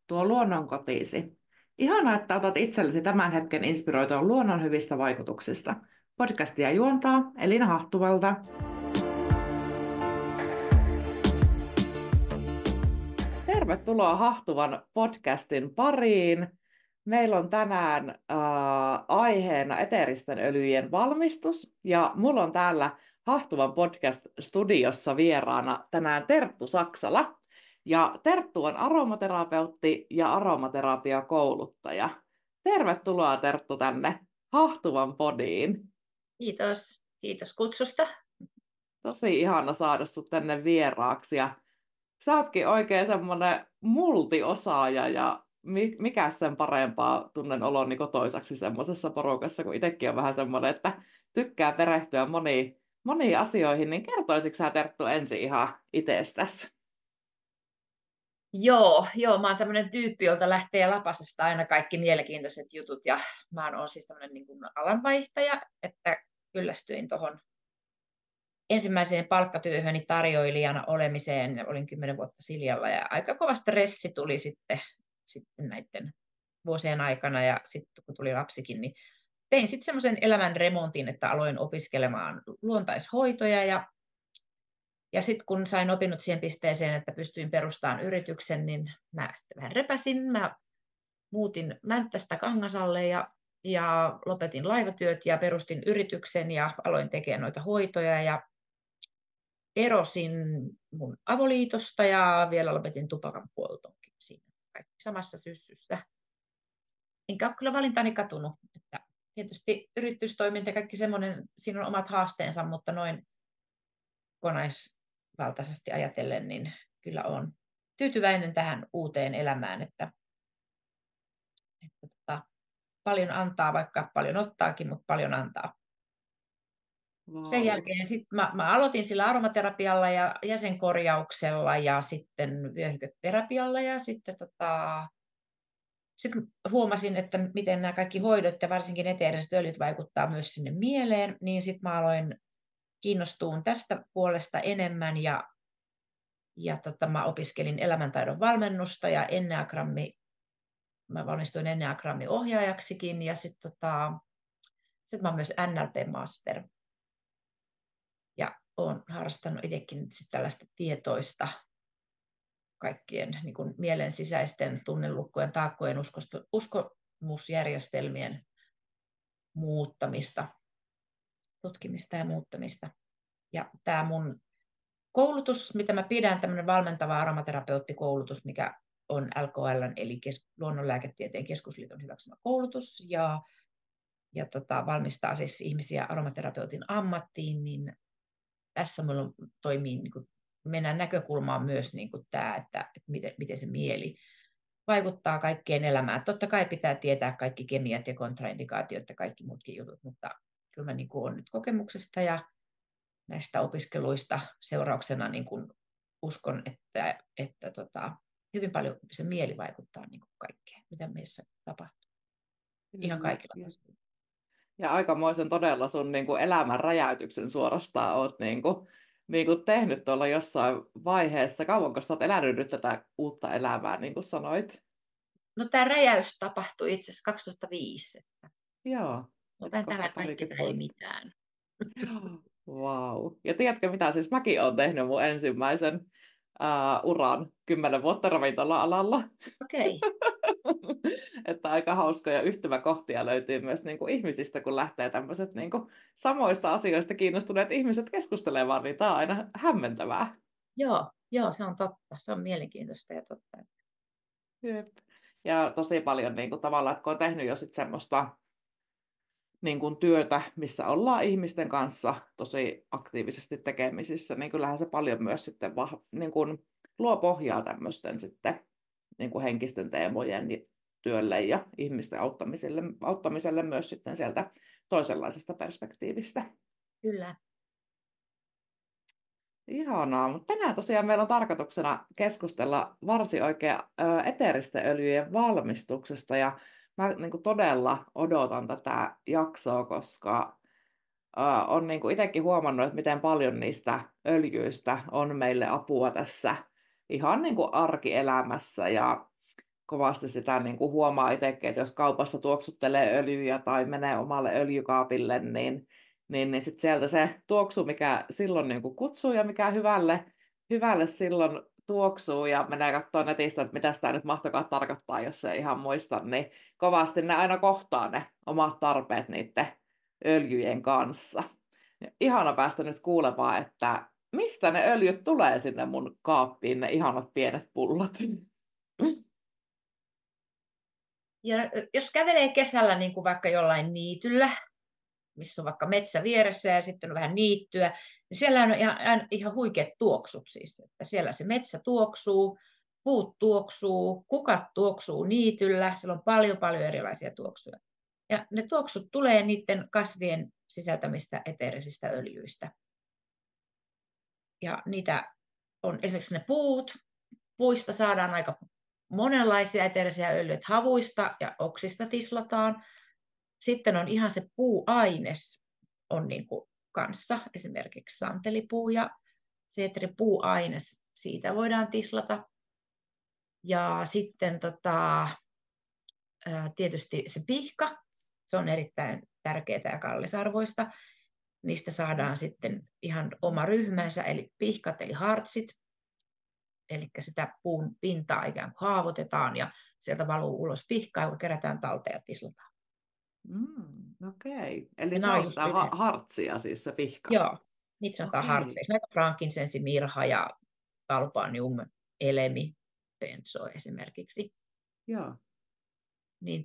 tuo luonnon kotiisi. Ihanaa, että otat itsellesi tämän hetken inspiroitua luonnon hyvistä vaikutuksista. Podcastia juontaa Elina Hahtuvalta. Tervetuloa Hahtuvan podcastin pariin. Meillä on tänään aiheena eteeristen öljyjen valmistus ja mulla on täällä Hahtuvan podcast-studiossa vieraana tänään Terttu Saksala. Ja Terttu on aromaterapeutti ja aromaterapiakouluttaja. Tervetuloa Terttu tänne Hahtuvan podiin. Kiitos. Kiitos kutsusta. Tosi ihana saada sut tänne vieraaksi ja sä ootkin oikein semmoinen multiosaaja ja mikä sen parempaa tunnen oloni kotoisaksi semmoisessa porukassa, kun itsekin on vähän semmoinen, että tykkää perehtyä moniin asioihin, niin kertoisitko sä Terttu ensin ihan itsestäsi? Joo, mä oon tämmöinen tyyppi, jolta lähtee lapasesta aina kaikki mielenkiintoiset jutut ja mä oon siis tämmöinen niin kuin alanvaihtaja, että kyllästyin tuohon ensimmäiseen palkkatyöhöni tarjoilijana olemiseen. Olin 10 vuotta Siljalla ja aika kova stressi tuli sitten näiden vuosien aikana ja sitten kun tuli lapsikin, niin tein sitten semmoisen elämän remontin, että aloin opiskelemaan luontaishoitoja ja sitten kun sain opinnot siihen pisteeseen, että pystyin perustamaan yrityksen, niin mä sitten vähän repäsin. Mä muutin Mänttästä Kangasalle ja lopetin laivatyöt ja perustin yrityksen ja aloin tekemään noita hoitoja ja erosin mun avoliitosta ja vielä lopetin tupakan poltonkin siinä kaikki samassa syssyssä. Enkä ole kyllä valintani katunut. Että tietysti yritystoiminta ja kaikki semmoinen, siinä on omat haasteensa, mutta noin kokonaisvaltaisesti ajatellen, niin kyllä olen tyytyväinen tähän uuteen elämään, että paljon antaa, vaikka paljon ottaakin, mutta paljon antaa. Wow. Sen jälkeen mä aloitin sillä aromaterapialla ja jäsenkorjauksella ja sitten vyöhyketerapialla ja sitten huomasin, että miten nämä kaikki hoidot ja varsinkin eteeriset öljyt vaikuttaa myös sinne mieleen, niin sitten mä aloin kiinnostua tästä puolesta enemmän ja mä opiskelin elämäntaidon valmennusta ja mä valmistuin Enneagrammi-ohjaajaksikin ja sitten mä oon myös NLP-master. Ja olen harrastanut itsekin tällaista tietoista kaikkien niin kuin mielen sisäisten tunnelukkojen, taakkojen, uskomusjärjestelmien muuttamista, tutkimista ja muuttamista. Ja tämä mun koulutus, mitä mä pidän, tämmöinen valmentava aromaterapeuttikoulutus, mikä on LKL, eli Luonnonlääketieteen keskusliiton hyväksymä koulutus, ja valmistaa siis ihmisiä aromaterapeutin ammattiin, niin tässä minulla toimii, niin kuin, mennään näkökulmaan myös niin kuin tämä, että miten se mieli vaikuttaa kaikkeen elämään. Totta kai pitää tietää kaikki kemiat ja kontraindikaatiot ja kaikki muutkin jutut, mutta kyllä mä niin kuin olen nyt kokemuksesta ja näistä opiskeluista seurauksena niin kuin uskon, että hyvin paljon se mieli vaikuttaa niin kuin kaikkeen, mitä meissä tapahtuu. Ihan kaikilla tasoilla. Ja aikamoisen todella sun niin kuin elämän räjäytyksen suorastaan oot niin kuin tehnyt tuolla jossain vaiheessa. Kauanko sä oot elänyt nyt tätä uutta elämää, niin kuin sanoit? No tämä räjäys tapahtui itse asiassa 2005. Joo. Mä täällä kaikki ei mitään. Wow. Ja tiedätkö mitä, siis mäkin olen tehnyt mun ensimmäisen uran 10 vuotta ravintola-alalla. Okei. Että aika hauskoja yhtymäkohtia löytyy myös niin kuin ihmisistä, kun lähtee tämmöiset niin kuin samoista asioista kiinnostuneet ihmiset keskustelemaan, niin tämä on aina hämmentävää. Joo, se on totta. Se on mielenkiintoista ja totta. Jep. Ja tosi paljon niin kuin, tavallaan, että kun on tehnyt jo sit semmoista niin kuin työtä, missä ollaan ihmisten kanssa tosi aktiivisesti tekemisissä, niin kyllähän se paljon myös sitten niin kuin luo pohjaa tämmöisten sitten niin kuin henkisten teemojen työlle ja ihmisten auttamiselle myös sitten sieltä toisenlaisesta perspektiivistä. Kyllä. Ihanaa, mutta tänään tosiaan meillä on tarkoituksena keskustella varsin oikein eteeristen öljyjen valmistuksesta ja mä niin kuin todella odotan tätä jaksoa, koska olen niin kuin itsekin huomannut, että miten paljon niistä öljyistä on meille apua tässä ihan niin kuin arkielämässä ja kovasti sitä niin kuin huomaa itsekin, että jos kaupassa tuoksuttelee öljyjä tai menee omalle öljykaapille, niin sit sieltä se tuoksu, mikä silloin niin kuin kutsuu ja mikä hyvälle silloin tuoksuu ja menee katsoa netistä, että mitä sitä nyt mahtokaa tarkoittaa, jos ei ihan muista, niin kovasti ne aina kohtaa ne omat tarpeet niiden öljyjen kanssa. Ja ihana päästä nyt kuulemaan, että mistä ne öljyt tulee sinne mun kaappiin, ne ihanat pienet pullot. Ja jos kävelee kesällä niin kuin vaikka jollain niityllä, missä on vaikka metsä vieressä ja sitten on vähän niittyä, niin siellä on ihan huikeat tuoksut siis. Että siellä se metsä tuoksuu, puut tuoksuu, kukat tuoksuu niityllä, siellä on paljon erilaisia tuoksuja. Ja ne tuoksut tulee niiden kasvien sisältämistä eteerisistä öljyistä. Ja niitä on esimerkiksi ne puista saadaan aika monenlaisia eteerisiä öljyjä, havuista ja oksista tislataan. Sitten on ihan se puuaines on niin kuin kanssa, esimerkiksi santelipuu ja seetripuuaines, siitä voidaan tislata. Ja sitten tietysti se pihka, se on erittäin tärkeää ja kallisarvoista. Niistä saadaan sitten ihan oma ryhmänsä, eli pihkat eli hartsit. Eli sitä puun pintaa ikään kuin haavoitetaan ja sieltä valuu ulos pihkaa, joka kerätään talteen ja tislataan. Okei. Eli Ja se nämä on on just sitä hartsia siis se pihka. Joo, niitä sanotaan Okei. hartseiksi. Näitä frankinsensi, mirha ja galbanium, elemi, benzo esimerkiksi. Joo. Niin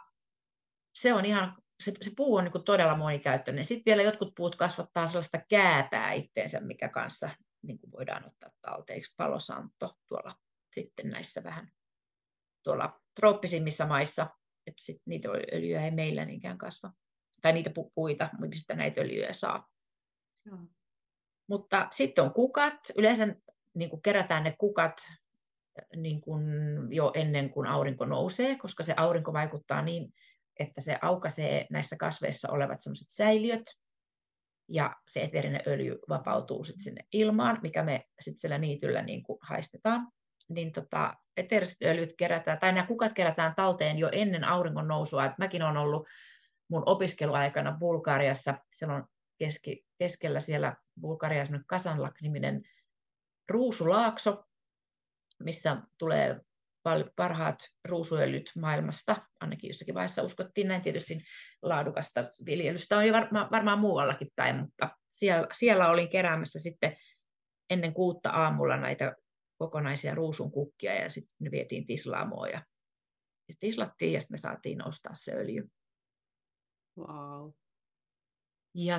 se on ihan, se puu on niin kuin todella monikäyttöinen. Sitten vielä jotkut puut kasvattaa sellaista kääpää itteensä, mikä kanssa niin kuin voidaan ottaa talteeksi. Palosanto tuolla sitten näissä vähän tuolla trooppisimmissa maissa. Että sit niitä öljyjä ei meillä niinkään kasva. Tai niitä puita, mistä näitä öljyjä saa. Joo. Mutta sitten on kukat. Yleensä niin kuin kerätään ne kukat niin kuin jo ennen kuin aurinko nousee, koska se aurinko vaikuttaa niin, että se aukaisee näissä kasveissa olevat sellaiset säiliöt, ja se eteerinen öljy vapautuu sitten sinne ilmaan, mikä me sitten siellä niityllä niin kuin haistetaan. Niin eteeriset öljyt kerätään, tai nämä kukat kerätään talteen jo ennen auringon nousua. Et mäkin olen ollut mun opiskeluaikana Bulgariassa, siellä on keskellä siellä Bulgariassa semmoinen Kasanlak-niminen ruusulaakso, missä tulee parhaat ruusuöljyt maailmasta. Ainakin jossakin vaiheessa uskottiin näin. Tietysti laadukasta viljelystä on jo varmaan muuallakin päin, mutta siellä olin keräämässä sitten ennen 6 aamulla näitä kokonaisia ruusun kukkia ja sitten ne vietiin tislaamoon ja tislattiin ja sitten me saatiin ostaa se öljy. Wow. Ja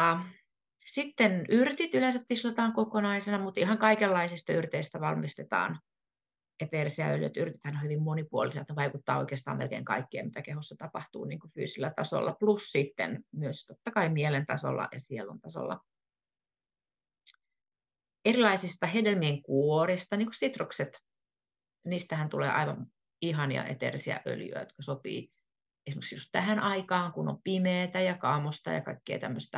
sitten yrtit yleensä tislataan kokonaisena, mutta ihan kaikenlaisista yrteistä valmistetaan eteerisiä öljyjä. Yrtithän on hyvin monipuolisia, että vaikuttaa oikeastaan melkein kaikkeen, mitä kehossa tapahtuu niin kuin fyysisellä tasolla, plus sitten myös totta kai mielen tasolla ja sielun tasolla. Erilaisista hedelmien kuorista, niin kuin sitrukset, niistähän tulee aivan ihania eteerisiä öljyjä, jotka sopii esimerkiksi just tähän aikaan, kun on pimeätä ja kaamosta ja kaikkea tämmöistä.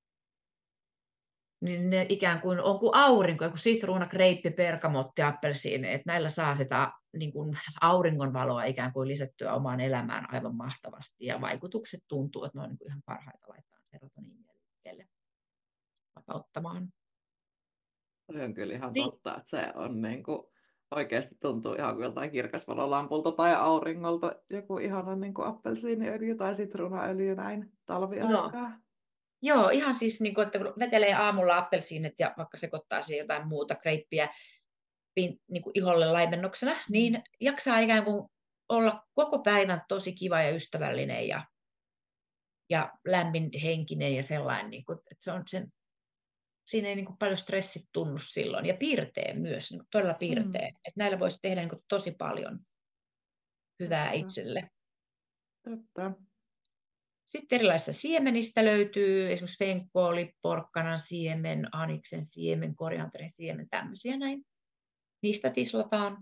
Niin ne ikään kuin on kuin aurinko, joku sitruuna, greippi, bergamotti, appelsiini, että näillä saa sitä niin kuin auringonvaloa ikään kuin lisättyä omaan elämään aivan mahtavasti, ja vaikutukset tuntuu, että ne on niin kuin ihan parhaita laittaa serotoniinia liikkeelle vapauttamaan. Se on kyllä ihan Niin. totta, että se on niin kuin, oikeasti tuntuu ihan kuin joltain kirkasvalolampulta tai auringolta joku ihana niin kuin appelsiiniöljy tai sitruunaöljy näin talviaikaa. Joo, ihan siis, niin kuin, että kun vetelee aamulla appelsiinit ja vaikka sekoittaa siihen jotain muuta greippiä niin kuin iholle laimennoksena, niin jaksaa ikään kuin olla koko päivän tosi kiva ja ystävällinen ja lämmin henkinen ja sellainen, niin kuin, että se on siinä ei niin kuin paljon stressit tunnu silloin. Ja pirteä myös, niin kuin todella pirteä. Että näillä voisi tehdä niin kuin tosi paljon hyvää itselle. Totta. Sitten erilaisista siemenistä löytyy esimerkiksi fenkooli, porkkanan siemen, aniksen siemen, korianterin siemen, tämmöisiä näin. Niistä tislataan.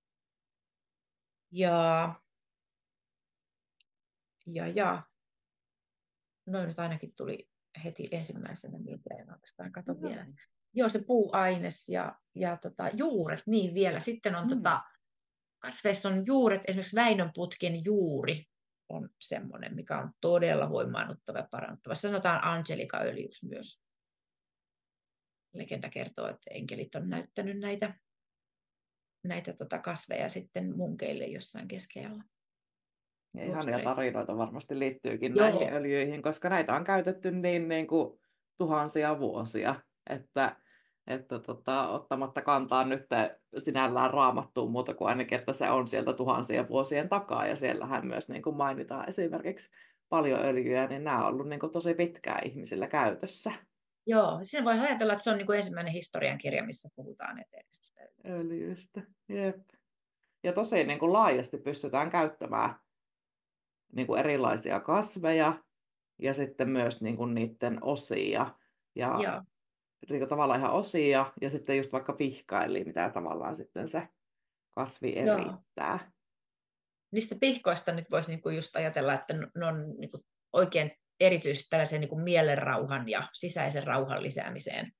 Ja noin nyt ainakin tuli heti ensimmäisenä mieleen, oikeastaan kato vielä. Joo, se puuaines ja juuret, niin vielä. Sitten on kasveissa on juuret, esimerkiksi Väinönputkin juuri on semmoinen, mikä on todella voimaannuttava ja parannuttava. Sitä sanotaan Angelica-öljyksi myös. Legenda kertoo, että enkelit on näyttänyt näitä kasveja sitten munkeille jossain keskellä. Ja ihania tarinoita varmasti liittyykin Joo. näihin öljyihin, koska näitä on käytetty niin kuin tuhansia vuosia, että ottamatta kantaa nyt sinällään Raamattuun muuta kuin ainakin, että se on sieltä tuhansien vuosien takaa, ja siellähän myös niin kuin mainitaan esimerkiksi paljon öljyjä, niin nämä on ollut niin kuin tosi pitkään ihmisillä käytössä. Joo, siinä voi ajatella, että se on niin kuin ensimmäinen historiankirja, missä puhutaan eteerisestä Öljystä. Jep. Ja tosi niin kuin laajasti pystytään käyttämään niin kuin erilaisia kasveja ja sitten myös niin kuin niiden osia. Ja niin kuin tavallaan ihan osia ja sitten just vaikka pihka, eli mitä tavallaan sitten se kasvi erittää. Niistä pihkoista nyt voisi niin kuin just ajatella, että ne on niin kuin oikein erityisesti tällaisen niin kuin mielenrauhan ja sisäisen rauhan lisäämiseen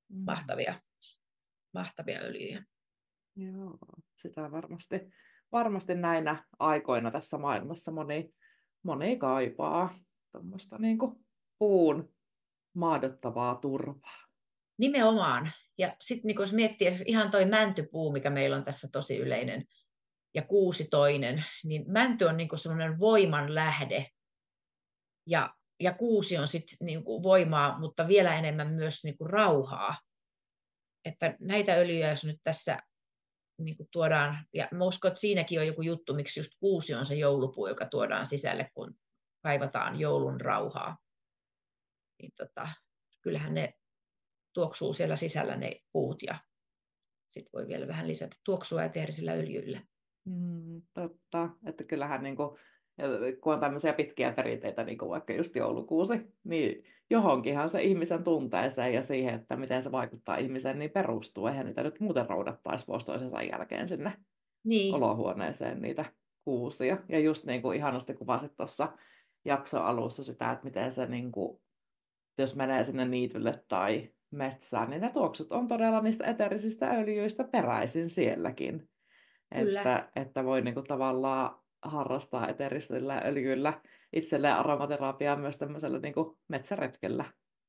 mahtavia öljyjä. Joo, sitä varmasti näinä aikoina tässä maailmassa moni kaipaa tuommoista niin kuin puun maadottavaa turvaa. Nimenomaan. Ja sitten niin jos miettii ihan toi mäntypuu, mikä meillä on tässä tosi yleinen, ja kuusi toinen, niin mänty on niin semmoinen voiman lähde. Ja kuusi on sitten niin voimaa, mutta vielä enemmän myös niin rauhaa. Että näitä öljyjä, jos nyt tässä niin tuodaan, ja mä uskon, että siinäkin on joku juttu, miksi just kuusi on se joulupuu, joka tuodaan sisälle, kun kaivataan joulun rauhaa. Niin kyllähän ne tuoksuu siellä sisällä ne puut, ja sitten voi vielä vähän lisätä tuoksua eteerisillä öljyillä. Totta, että kyllähän niin kuin, kun on tämmöisiä pitkiä perinteitä, niin kuin vaikka just joulukuusi, niin johonkinhan se ihmisen tunteeseen ja siihen, että miten se vaikuttaa ihmiseen, niin perustuu. Eihän niitä nyt muuten roudattaisi vuosi toisensa jälkeen sinne olohuoneeseen niitä kuusia. Ja just niin kuin ihanasti kuvasit tuossa jakson alussa sitä, että miten se, niin kuin, jos menee sinne niitylle tai metsään, niin ne tuoksut on todella niistä eteerisistä öljyistä peräisin sielläkin. Että voi niinku tavallaan harrastaa eteerisillä öljyillä itselleen aromaterapiaa myös tämmöisellä niinku metsäretkellä.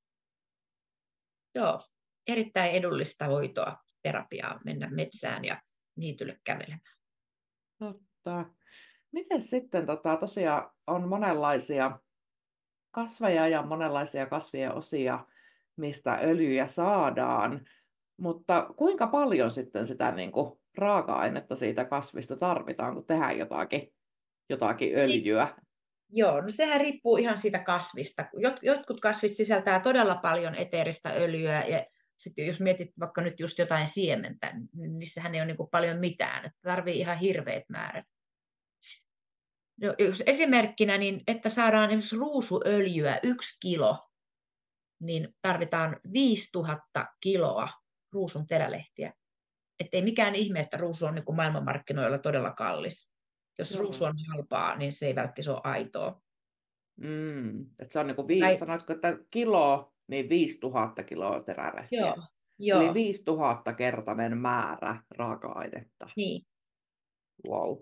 Joo, erittäin edullista hoitoa, terapiaa, mennä metsään ja niitylle kävelemään. Totta. Miten sitten tosiaan on monenlaisia kasveja ja monenlaisia kasvien osia, mistä öljyjä saadaan, mutta kuinka paljon sitten sitä niinku raaka-ainetta siitä kasvista tarvitaan, kun tehdään jotakin öljyä? Joo, no sehän riippuu ihan siitä kasvista. Jotkut kasvit sisältää todella paljon eteeristä öljyä, ja sitten jos mietit vaikka nyt just jotain siementä, niin niissähän ei ole niin kuin paljon mitään, että tarvii ihan hirveät määrät. No, esimerkkinä, niin että saadaan esimerkiksi ruusuöljyä 1 kilo, niin tarvitaan 5000 kiloa ruusun terälehtiä. Että ei mikään ihme, että ruusu on niin kuin maailmanmarkkinoilla todella kallis. Jos ruusu on halpaa, niin se ei välttämättä ole aitoa. Että se on niin kuin sanoitko, että kilo, niin 5000 kiloa terälehtiä. Joo. Eli 5000-kertainen määrä raaka-ainetta. Niin. Wow.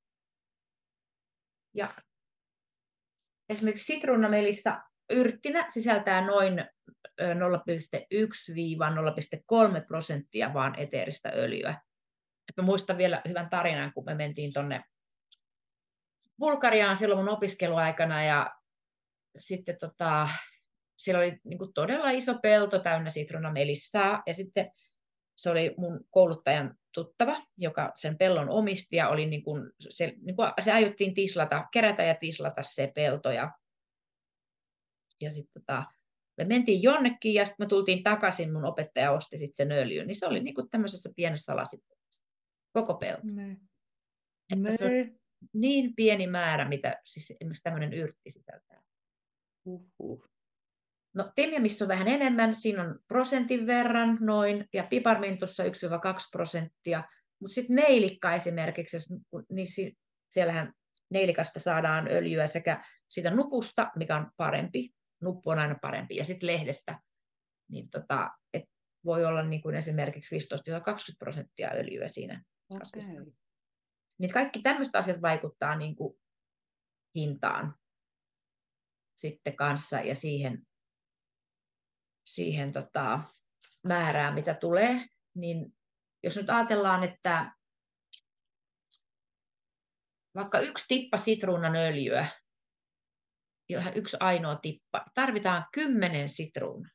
Ja esimerkiksi sitruunamelissa yrttinä sisältää noin 0,1–0,3% vaan eteeristä öljyä. Mä muistan vielä hyvän tarinan, kun me mentiin tuonne Bulgariaan silloin mun opiskeluaikana, ja sitten siellä oli niin kuin todella iso pelto täynnä sitruunamelissaa, ja sitten se oli mun kouluttajan tuttava, joka sen pellon omisti, ja oli se aiottiin kerätä ja tislata se pelto, ja sitten me mentiin jonnekin, ja sitten me tultiin takaisin, mun opettaja osti sitten sen öljyn, niin se oli niin kuin tämmöisessä pienessä lasitteessa, koko pelto. Että se on niin pieni määrä, mitä siis esimerkiksi tämmöinen yrtti sisältää. No timjamissa on vähän enemmän, siinä on prosentin verran noin, ja piparmintussa 1–2%, mutta sitten neilikka esimerkiksi, niin siellähän neilikasta saadaan öljyä sekä siitä nupusta, mikä on parempi, nuppu on aina parempi, ja sitten lehdestä, niin voi olla niin kuin esimerkiksi 15–20% öljyä siinä kasvissa. Niin kaikki tämmöiset asiat vaikuttaa niin kuin hintaan sitten kanssa ja siihen määrään, mitä tulee. Niin jos nyt ajatellaan, että vaikka yksi tippa sitruunanöljyä, yksi ainoa tippa, tarvitaan 10 sitruunaa.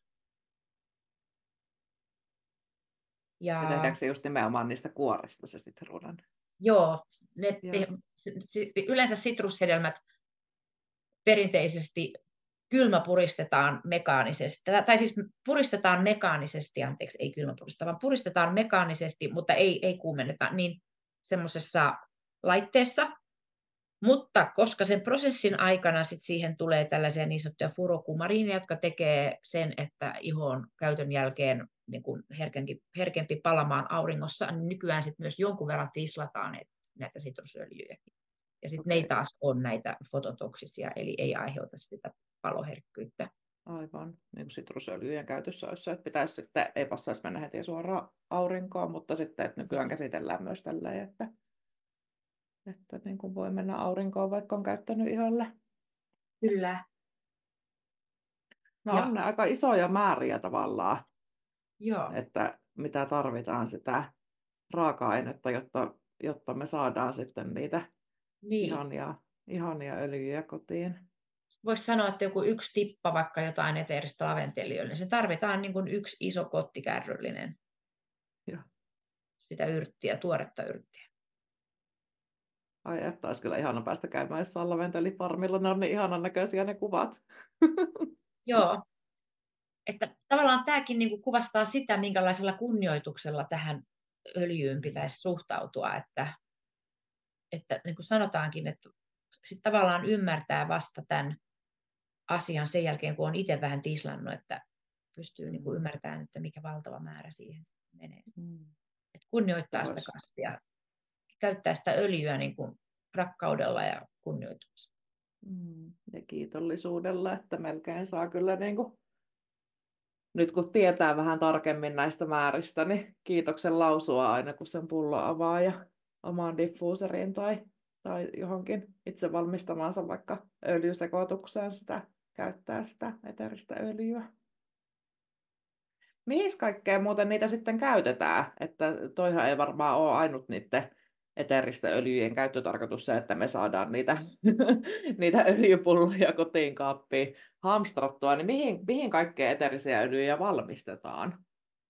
Ja Ja tehdäänkö se just nimenomaan niistä kuorista se sitruunan? joo, Joo. yleensä sitrushedelmät perinteisesti kylmäpuristetaan mekaanisesti, tai siis puristetaan mekaanisesti, anteeksi, ei kylmäpuristeta, vaan puristetaan mekaanisesti, mutta ei kuumenneta, niin semmoisessa laitteessa. Mutta koska sen prosessin aikana sit siihen tulee tällaisia niin sanottuja furokumariineja, jotka tekee sen, että iho on käytön jälkeen niin kuin herkempi palamaan auringossa, niin nykyään sit myös jonkun verran tislataan näitä sitrusöljyjä. Ja sitten ne ei taas ole näitä fototoksisia, eli ei aiheuta sitä paloherkkyyttä. Aivan, niin kuin sitrusöljyjen käytössä olisi, että pitäisi sitten, ei passaisi mennä heti suoraan aurinkoon, mutta sitten, että nykyään käsitellään myös tälleen, että niin kuin voi mennä aurinkoon, vaikka on käyttänyt iholle. Kyllä. No on ne aika isoja määriä tavallaan, Joo. että mitä tarvitaan sitä raaka-ainetta, jotta me saadaan sitten niitä Niin. ihania öljyjä kotiin. Voisi sanoa, että joku yksi tippa vaikka jotain eteeristä laventeliöllä, niin se tarvitaan niin kuin yksi iso kottikärryllinen sitä yrttiä, tuoretta yrttiä. Ai että olisi kyllä ihana päästä käymään jossain laventelifarmilla, ne on niin ihanan näköisiä ne kuvat. Joo, että tavallaan tämäkin niin kuin kuvastaa sitä, minkälaisella kunnioituksella tähän öljyyn pitäisi suhtautua, että niin kuin sanotaankin, että sit tavallaan ymmärtää vasta tämän asian sen jälkeen, kun on itse vähän tislannut, että pystyy niin kuin ymmärtämään, että mikä valtava määrä siihen menee. Että kunnioittaa sitä kasvia, käyttää sitä öljyä niin kuin rakkaudella ja kunnioituksella. Ja kiitollisuudella, että melkein saa kyllä niin kuin, nyt kun tietää vähän tarkemmin näistä määristä, niin kiitoksen lausua aina, kun sen pullo avaa ja omaan diffuuseriin tai johonkin itse valmistamaansa vaikka öljysekoitukseen käyttää sitä eteristä öljyä. Mihin kaikkea muuten niitä sitten käytetään? Että toihan ei varmaan ole ainut niiden eteristä öljyjen käyttötarkoitus se, että me saadaan niitä öljypulloja kotiin kaappiin hamstrattua. Niin mihin kaikkea eterisiä öljyjä valmistetaan?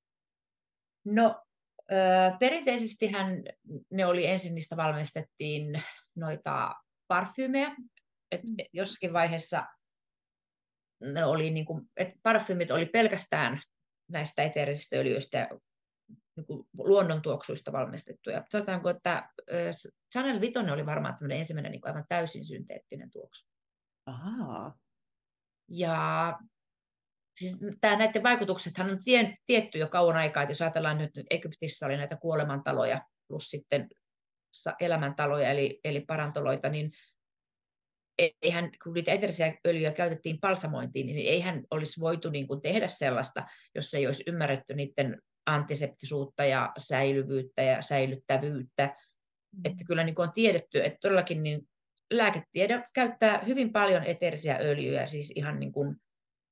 No, perinteisestihän ne oli ensin, niistä valmistettiin noita parfyymejä. Jossakin vaiheessa ne oli niin kuin, että parfyymit oli pelkästään näistä eteerisistä öljyistä niin kuin luonnontuoksuista valmistettuja. Sanotaanko, että Chanel Vitoinen oli varmaan ensimmäinen niin kuin aivan täysin synteettinen tuoksu. Ahaa. Ja siis näiden vaikutuksethan on tietty jo kauan aikaa, että jos ajatellaan nyt, Egyptissä oli näitä kuolemantaloja plus sitten elämäntaloja eli parantoloita, niin eihän, kun niitä eterisiä öljyjä käytettiin balsamointiin, niin eihän olisi voitu niin kuin tehdä sellaista, jos ei olisi ymmärretty niiden antiseptisuutta ja säilyvyyttä ja säilyttävyyttä. Että kyllä niin kuin on tiedetty, että todellakin niin lääketiede käyttää hyvin paljon eterisiä öljyjä, siis ihan niin kuin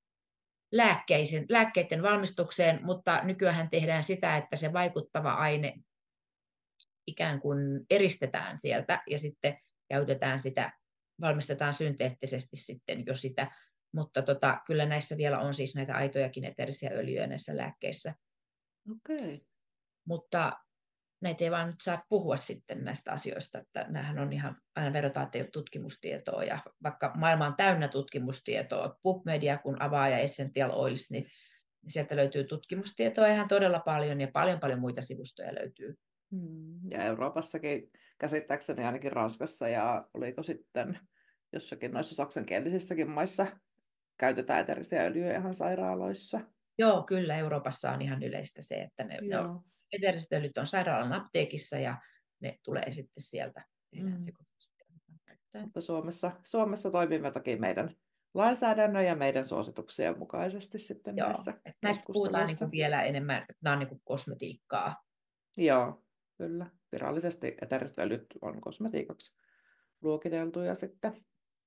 lääkkeiden valmistukseen, mutta nykyään tehdään sitä, että se vaikuttava aine ikään kuin eristetään sieltä ja sitten käytetään sitä, valmistetaan synteettisesti sitten jo sitä, mutta kyllä näissä vielä on siis näitä aitojakin eterisiä öljyjä näissä lääkkeissä. Okei. Mutta näitä ei vaan nyt saa puhua sitten näistä asioista, että näähän on ihan, aina verrataan, että ei ole tutkimustietoa, ja vaikka maailma on täynnä tutkimustietoa, PubMedia kun avaa ja Essential Oils, niin sieltä löytyy tutkimustietoa ihan todella paljon, ja paljon muita sivustoja löytyy. Ja Euroopassakin käsittääkseni ainakin Ranskassa ja oliko sitten jossakin noissa saksankielisissäkin maissa käytetään eterisiä öljyjä ihan sairaaloissa. Joo, kyllä Euroopassa on ihan yleistä se, että ne eteriset öljyt on sairaalan apteekissa ja ne tulee sitten sieltä. Mutta Suomessa toimimme toki meidän lainsäädännön ja meidän suosituksien mukaisesti sitten näissä näistä puhutaan niin kuin vielä enemmän, että nämä on niin kuin kosmetiikkaa. Joo, kyllä. virallisesti eteeriset öljyt on kosmetiikaksi luokiteltuja sitten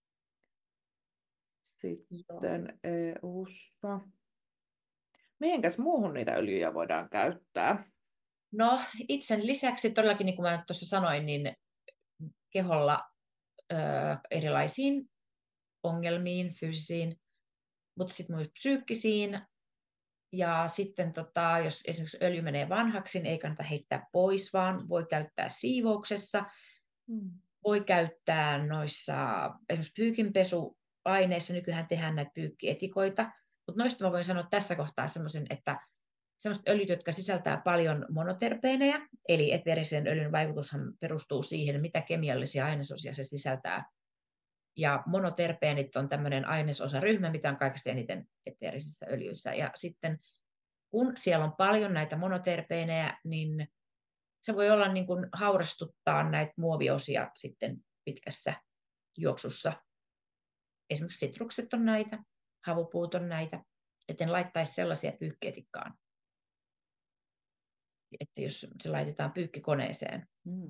EU:ssa. Mihinkäs muuhun niitä öljyjä voidaan käyttää? No itsen lisäksi todellakin, niin kuin mä tuossa sanoin, niin keholla erilaisiin ongelmiin, fyysisiin, mutta sitten myös psyykkisiin. Ja sitten jos esimerkiksi öljy menee vanhaksi, niin ei kannata heittää pois, vaan voi käyttää siivouksessa. Voi käyttää noissa esimerkiksi pyykinpesuaineissa, nykyään tehdään näitä pyykkietikoita. Mutta noista mä voin sanoa tässä kohtaa semmoisen, että sellaiset öljyt, jotka sisältää paljon monoterpeenejä, eli eteerisen öljyn vaikutushan perustuu siihen, mitä kemiallisia ainesosia se sisältää. Ja monoterpeenit on tämmöinen ainesosaryhmä, mitä on kaikista eniten eteerisissä öljyissä. Ja sitten kun siellä on paljon näitä monoterpeenejä, niin se voi olla niin kuin haurastuttaa näitä muoviosia sitten pitkässä juoksussa. Esimerkiksi sitrukset on näitä, havupuut on näitä, etten laittaisi sellaisia pyykkietikkaan, että jos se laitetaan pyykkikoneeseen.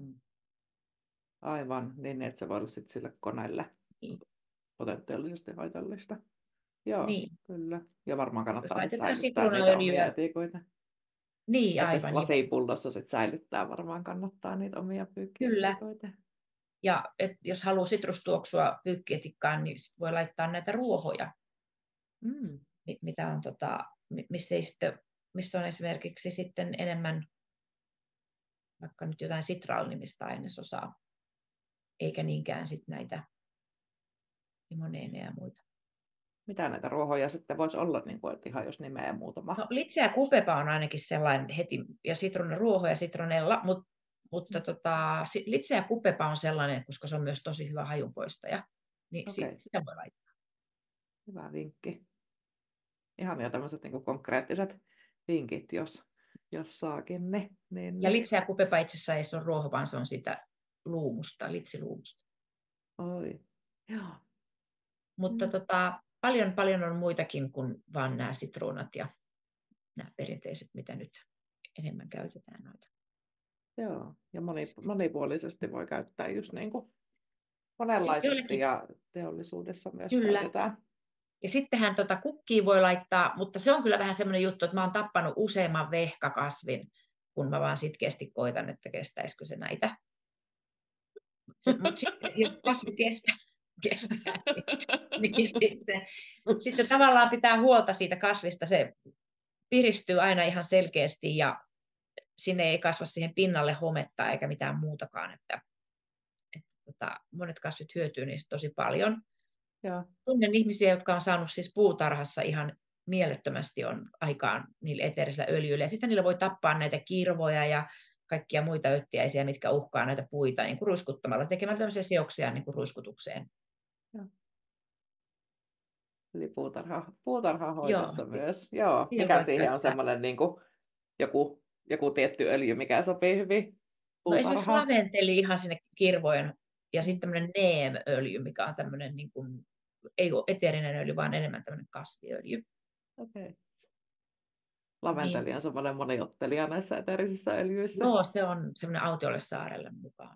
Aivan, niin että se voi olla sitten sille koneelle potentiaalisesti haitallista. Joo, niin. Kyllä. Ja varmaan kannattaa sitten laitetaan säilyttää niitä omia sitruunaöljyä. etikoita. Niin, Että aivan. lasipullossa sitten säilyttää varmaan kannattaa niitä omia pyykkietikoita. Kyllä. Ja jos haluaa sitrustuoksua pyykkietikkaan, niin sit voi laittaa näitä ruohoja, mitä on, missä on esimerkiksi sitten enemmän vaikka nyt jotain sitraal-nimistä ainesosaa, eikä niinkään sit näitä limoneeneja ja muita. Mitä näitä ruohoja sitten voisi olla, niin kuin, että ihan jos nimeä muutama? No, litseä kupepa on ainakin sellainen heti, ja ruoho ja sitronella, mutta litseä kupepa on sellainen, koska se on myös tosi hyvä hajunpoistaja, niin sitä voi laittaa. Hyvä vinkki. Ihan jo tämmöiset niin kuin konkreettiset vinkit, jos saakin ne. Niin ja litseä kupepa itse asiassa ei se ole ruoho, vaan se on sitä luumusta, litsiluumusta. Oi, joo. Mutta paljon on muitakin kuin vain nämä sitruunat ja nämä perinteiset, mitä nyt enemmän käytetään noita. Joo, ja monipuolisesti voi käyttää just niin kuin monenlaisesti ja teollisuudessa myös käytetään. Ja sittenhän kukkia voi laittaa, mutta se on kyllä vähän semmoinen juttu, että mä oon tappanut useamman vehkakasvin, kun mä vaan sitkeästi koitan, että kestäisikö se näitä. Mutta sitten, jos kasvi kestää niin sitten se tavallaan pitää huolta siitä kasvista. Se piristyy aina ihan selkeästi ja sinne ei kasva siihen pinnalle hometta eikä mitään muutakaan. Että monet kasvit hyötyy niistä tosi paljon. Ja. Tunnen ihmisiä, jotka on saanut siis puutarhassa ihan mielettömästi on aikaan niillä eteerisillä öljyillä. Ja sitten niillä voi tappaa näitä kirvoja ja kaikkia muita öttiäisiä, mitkä uhkaa näitä puita niin kuin ruiskuttamalla, tekemällä tämmöisiä seoksia niin kuin ruiskutukseen. Ja. Eli puutarhahoidossa myös. Joo. Mikä siihen on semmoinen niin kuin joku tietty öljy, mikä sopii hyvin No esimerkiksi laventeli ihan sinne kirvojen ja sitten tämmöinen neem-öljy, mikä on tämmöinen, niin kuin, ei ole eteerinen öljy, vaan enemmän tämmöinen kasviöljy. Okei. Laventeli on semmoinen moniottelija näissä eteerisissä öljyissä. Joo, se on semmoinen autiolle saarelle mukaan.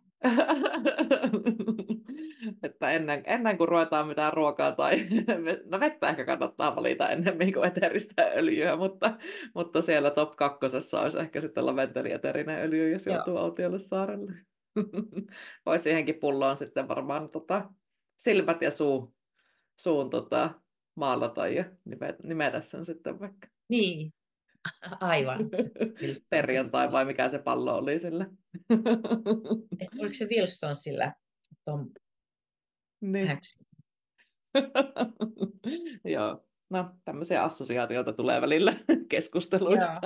Että ennen kuin ruvetaan mitään ruokaa tai no vettä ehkä kannattaa valita ennemmin kuin eteeristä öljyä, mutta siellä top 2 olisi ehkä sitten laventeli eteerinen öljy, jos joutuu autiolle saarelle. Voi siihenkin pulloon sitten varmaan silmät ja suun maalata ja nimetä sen sitten vaikka. Niin, aivan. Perjantai vai mikä se pallo oli sillä? Oliko se Wilson sillä Tom Hanks? Joo, no tämmöisiä assosiaatioita tulee välillä keskusteluista.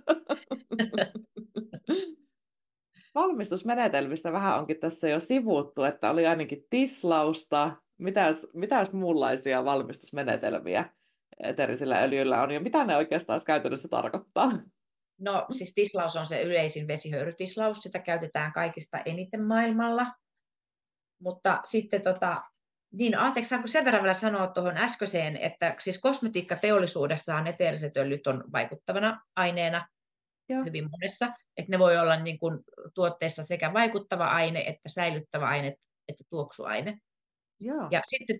Valmistusmenetelmistä vähän onkin tässä jo sivuttu, että oli ainakin tislausta. Mitäs muunlaisia valmistusmenetelmiä eteerisillä öljyillä on ja mitä ne oikeastaan käytännössä tarkoittaa? No siis tislaus on se yleisin vesihöyrytislaus, sitä käytetään kaikista eniten maailmalla. Mutta sitten niin anteeksi, saanko sen verran vielä sanoa tuohon äskeiseen, että siis kosmetiikkateollisuudessaan eteeriset öljyt on vaikuttavana aineena. Joo. hyvin monessa, että ne voi olla niin kuin tuotteessa sekä vaikuttava aine, että säilyttävä aine, että tuoksuaine. Joo. Ja sitten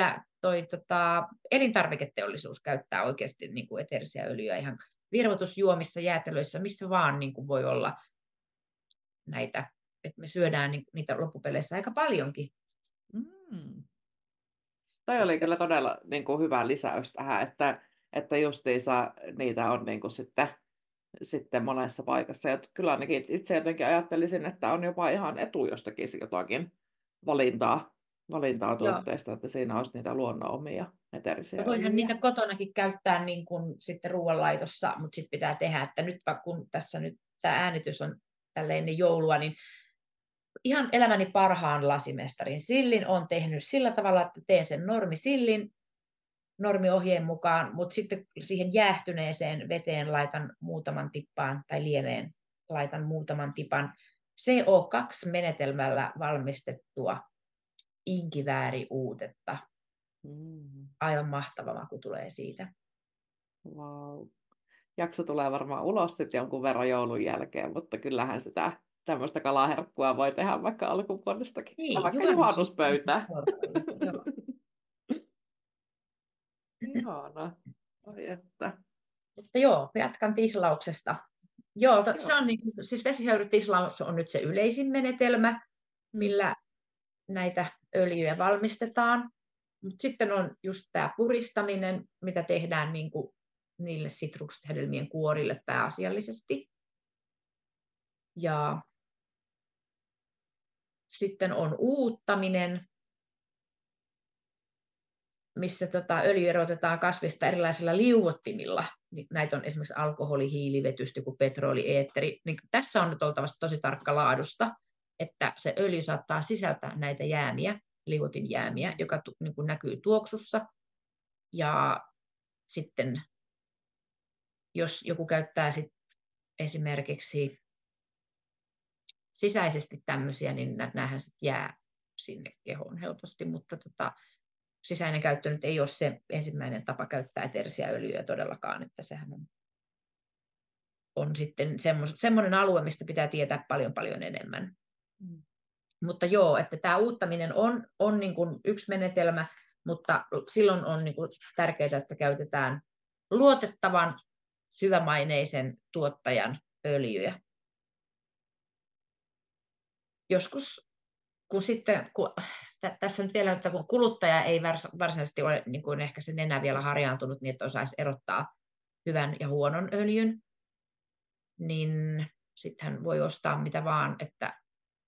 elintarviketeollisuus käyttää oikeasti niin kuin eteerisiä öljyjä ihan virvoitusjuomissa, jäätelöissä, missä vaan niin kuin voi olla näitä, että me syödään niitä loppupeleissä aika paljonkin. Mm. Toi oli Että, kyllä todella niin kuin hyvä lisäys tähän, että justiinsa niitä on niin kuin sitten monessa paikassa. Ja kyllä ainakin itse jotenkin ajattelisin, että on jopa ihan etu jostakin jotakin valintaa joo, tuotteista, että siinä olisi niitä luonnon omia eteerisiä ja voihan öljyjä. niitä kotonakin käyttää niin kuin sitten ruoanlaitossa, mutta sitten pitää tehdä, että nyt kun tässä nyt tämä äänitys on tälleen ennen joulua, niin ihan elämäni parhaan lasimestarin sillin on tehnyt sillä tavalla, että teen sen normisillin normiohjeen mukaan, mutta sitten siihen jäähtyneeseen veteen laitan muutaman tippaan tai liemeen laitan muutaman tipan CO2-menetelmällä valmistettua inkivääriuutetta. Mm. Aivan mahtava maku tulee siitä. Wow. Jakso tulee varmaan ulos sitten jonkun verran joulun jälkeen, mutta kyllähän sitä tämmöistä kalaherkkua voi tehdä vaikka alkuvuodestakin. Ja Niin, vaikka juhannus. juhannuspöytää. Joo. Ihana. Oi että. Mutta joo, jatkan tislauksesta. Joo, se Joo. on siis vesihöyrytislaus on nyt se yleisin menetelmä, Mm. millä näitä öljyjä valmistetaan. Mutta sitten on just tämä puristaminen, mitä tehdään niin kuin niille sitrushedelmien kuorille pääasiallisesti. Ja sitten on uuttaminen, missä öljy erotetaan kasvista erilaisilla liuottimilla. Näitä on esimerkiksi alkoholi, hiilivetysty kuin petroli, eetteri. Niin tässä on nyt oltava tosi tarkka laadusta, että se öljy saattaa sisältää näitä jäämiä, liuotinjäämiä, joka niin kuin näkyy tuoksussa. Ja sitten jos joku käyttää sit esimerkiksi sisäisesti tämmöisiä, niin näähän sit jää sinne kehoon helposti, mutta sisäinen käyttö nyt ei ole se ensimmäinen tapa käyttää eteerisiä öljyjä todellakaan, että sehän on sitten semmoinen alue, mistä pitää tietää paljon paljon enemmän. Mm. Mutta joo, että tämä uuttaminen on niin kuin yksi menetelmä, mutta silloin on niin kuin tärkeää, että käytetään luotettavan, hyvämaineisen tuottajan öljyjä. Joskus, tässä nyt vielä, että kun kuluttaja ei varsinaisesti ole niin kuin ehkä sen enää vielä harjaantunut, niin että osaisi erottaa hyvän ja huonon öljyn, niin sitten hän voi ostaa mitä vaan, että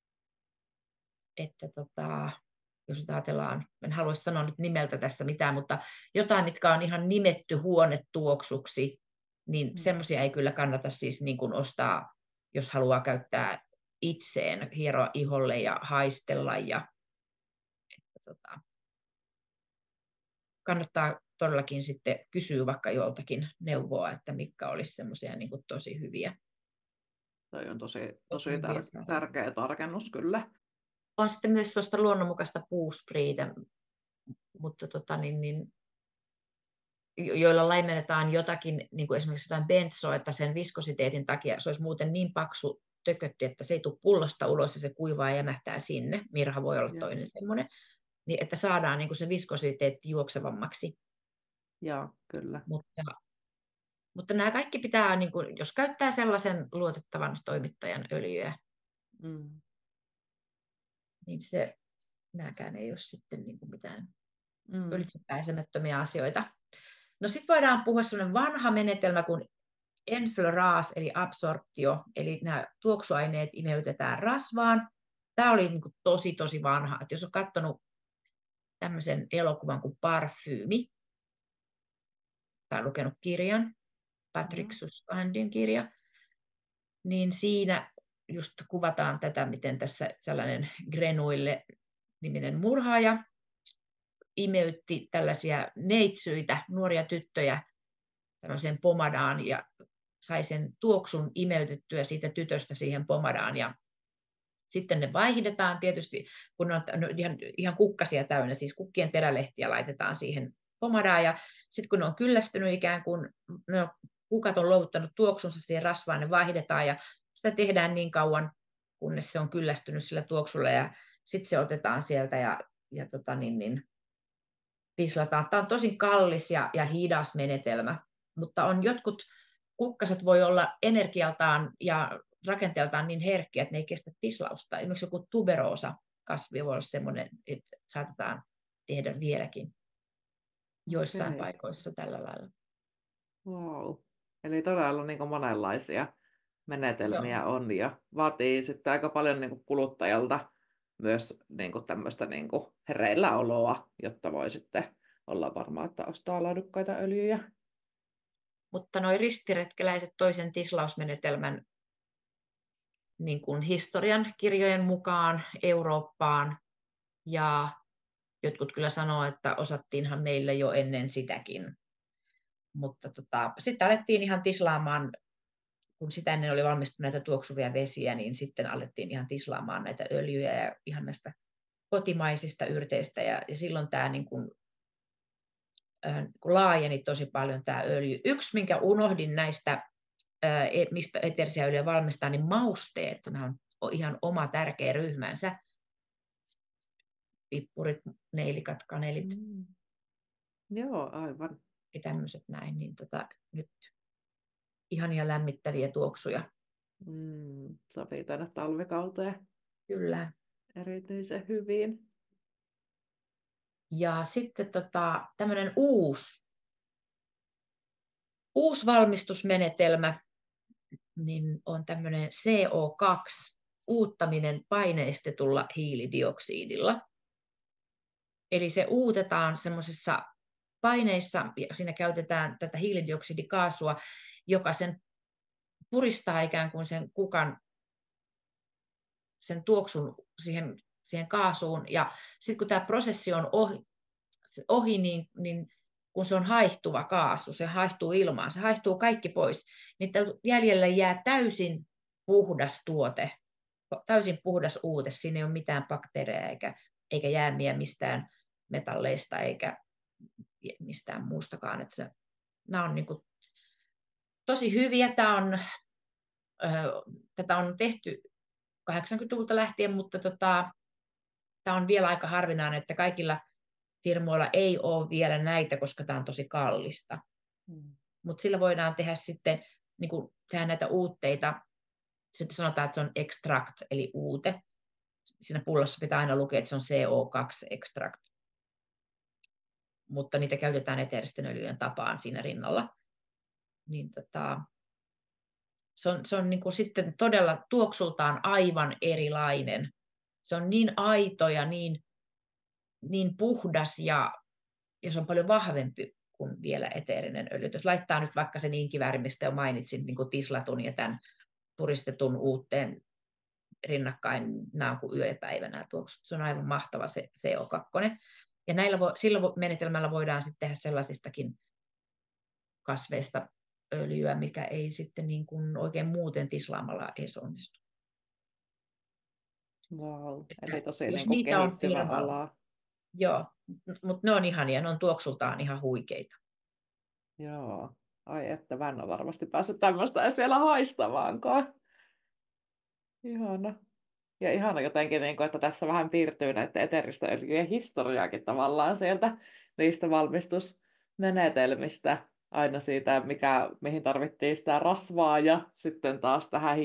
jos ajatellaan, en haluaisi sanoa nyt nimeltä tässä mitään, mutta jotain, mitkä on ihan nimetty huonetuoksuksi, niin semmoisia ei kyllä kannata siis niin kuin ostaa, jos haluaa käyttää itseen, hieroa iholle ja haistella. Kannattaa todellakin sitten kysyä vaikka joltakin neuvoa, että mitkä olisi semmoisia niin kuin tosi hyviä. Toi on tosi tärkeä tarkennus kyllä. On sitten myös tuosta luonnonmukaista puuspriitä, mutta joilla laimennetaan jotakin, niin kuin esimerkiksi jotain benzoa, että sen viskositeetin takia se olisi muuten niin paksu tökötti, että se ei tule pullosta ulos ja se kuivaa ja jämähtää sinne. Mirha voi olla toinen semmoinen. Niin, että saadaan niin kuin se viskositeetti juoksevammaksi. Joo, kyllä. Mutta nämä kaikki pitää, niin kuin, jos käyttää sellaisen luotettavan toimittajan öljyä, niin nämäkään ei ole sitten niin kuin mitään ylitsepääsemättömiä asioita. No sitten voidaan puhua sellainen vanha menetelmä kuin enflorase, eli absorptio, eli nämä tuoksuaineet imeytetään rasvaan. Tämä oli niin kuin tosi vanha. Että jos on katsonut tämmöisen elokuvan kuin Parfyymi, tai lukenut kirjan, Patrick Susslandin kirja, niin siinä just kuvataan tätä, miten tässä sellainen Grenouille-niminen murhaaja imeytti tällaisia neitsyitä, nuoria tyttöjä tällaiseen pomadaan ja sai sen tuoksun imeytettyä siitä tytöstä siihen pomadaan. Ja sitten ne vaihdetaan tietysti, kun ne on ihan kukkasia täynnä, siis kukkien terälehtiä laitetaan siihen pomadaan. Ja sitten kun ne on kyllästynyt ikään kuin, ne on kukat on luovuttanut tuoksunsa siihen rasvaan, ne vaihdetaan ja sitä tehdään niin kauan, kunnes se on kyllästynyt sillä tuoksulla ja sitten se otetaan sieltä ja tislataan. Tämä on tosi kallis ja hidas menetelmä, mutta on jotkut kukkaset voi olla energialtaan ja rakenteeltaan niin herkkiä, että ne ei kestä tislausta. Esimerkiksi joku tuberoosa kasvi voi olla sellainen, että saatetaan tehdä vieläkin joissain paikoissa tällä lailla. Wow. Eli todella niin kuin monenlaisia menetelmiä on ja vaatii sitten aika paljon niin kuin kuluttajalta myös niin kuin tämmöistä niin kuin hereilläoloa, jotta voi sitten olla varma, että ostaa laadukkaita öljyjä. Mutta nuo ristiretkeläiset toisen tislausmenetelmän niin kuin historian kirjojen mukaan Eurooppaan ja jotkut kyllä sanoo, että osattiinhan meillä jo ennen sitäkin. Mutta sitten alettiin ihan tislaamaan, kun sitä ennen oli valmistunut näitä tuoksuvia vesiä, niin sitten alettiin ihan tislaamaan näitä öljyjä ja ihan näistä kotimaisista yrteistä. Ja silloin tämä niin kuin, laajeni tosi paljon tämä öljy. Yksi, minkä unohdin näistä, mistä eteerisiä öljyä valmistaa, niin mausteet. Nämä on ihan oma tärkeä ryhmänsä. Pippurit, neilikat, kanelit. Joo, aivan. Ja tämmöiset näin. Niin nyt ihania lämmittäviä tuoksuja. Sopii tänne talvikauteen. Kyllä. Erityisen hyvin. Ja sitten tämmöinen uusi valmistusmenetelmä niin on tämmöinen CO2, uuttaminen paineistetulla hiilidioksidilla. Eli se uutetaan semmoisissa paineissa, ja siinä käytetään tätä hiilidioksidikaasua, joka sen puristaa ikään kuin sen kukan, sen tuoksun siihen kaasuun. Ja sitten kun tämä prosessi on ohi niin kun se on haihtuva kaasu, se haihtuu ilmaan, se haihtuu kaikki pois, niin jäljelle jää täysin puhdas tuote, täysin puhdas uute. Siinä ei ole mitään bakteereja eikä jäämiä mistään metalleista eikä mistään muustakaan. Että nämä on niin kuin tosi hyviä. Tätä on tehty 80-luvulta lähtien, mutta tämä on vielä aika harvinainen, että kaikilla firmoilla ei ole vielä näitä, koska tämä on tosi kallista. Mutta sillä voidaan tehdä sitten niin kuin tehdä näitä uutteita. Sitten sanotaan, että se on extract, eli uute. Siinä pullossa pitää aina lukea, että se on CO2-extract. Mutta niitä käytetään eteeristen öljyjen tapaan siinä rinnalla. Niin se on niin kuin sitten todella tuoksultaan aivan erilainen. Se on niin aito ja niin puhdas ja se on paljon vahvempi kuin vielä eteerinen öljy. Jos laittaa nyt vaikka sen inkiväärin, mistä jo mainitsin, niin kuin tislatun ja tämän puristetun uutteen rinnakkain, nämä on kuin yö ja päivä nämä tuoksut. Se on aivan mahtava se CO2. Ja sillä menetelmällä voidaan sitten tehdä sellaisistakin kasveista öljyä, mikä ei sitten niin kuin oikein muuten tislaamalla edes onnistu. Wow. Eli tosi jos niin kuin niitä on kehittyvä firmalla, ala. joo, mutta ne on ihania, ne on tuoksultaan ihan huikeita. Joo. Ai että, mä en ole varmasti päässyt tämmöistä edes vielä haistamaankaan. Ihana. Ja ihana jotenkin, että tässä vähän piirtyy näiden eteeristen öljyjen historiaakin tavallaan sieltä niistä valmistusmenetelmistä. Aina siitä, mihin tarvittiin sitä rasvaa ja sitten taas tähän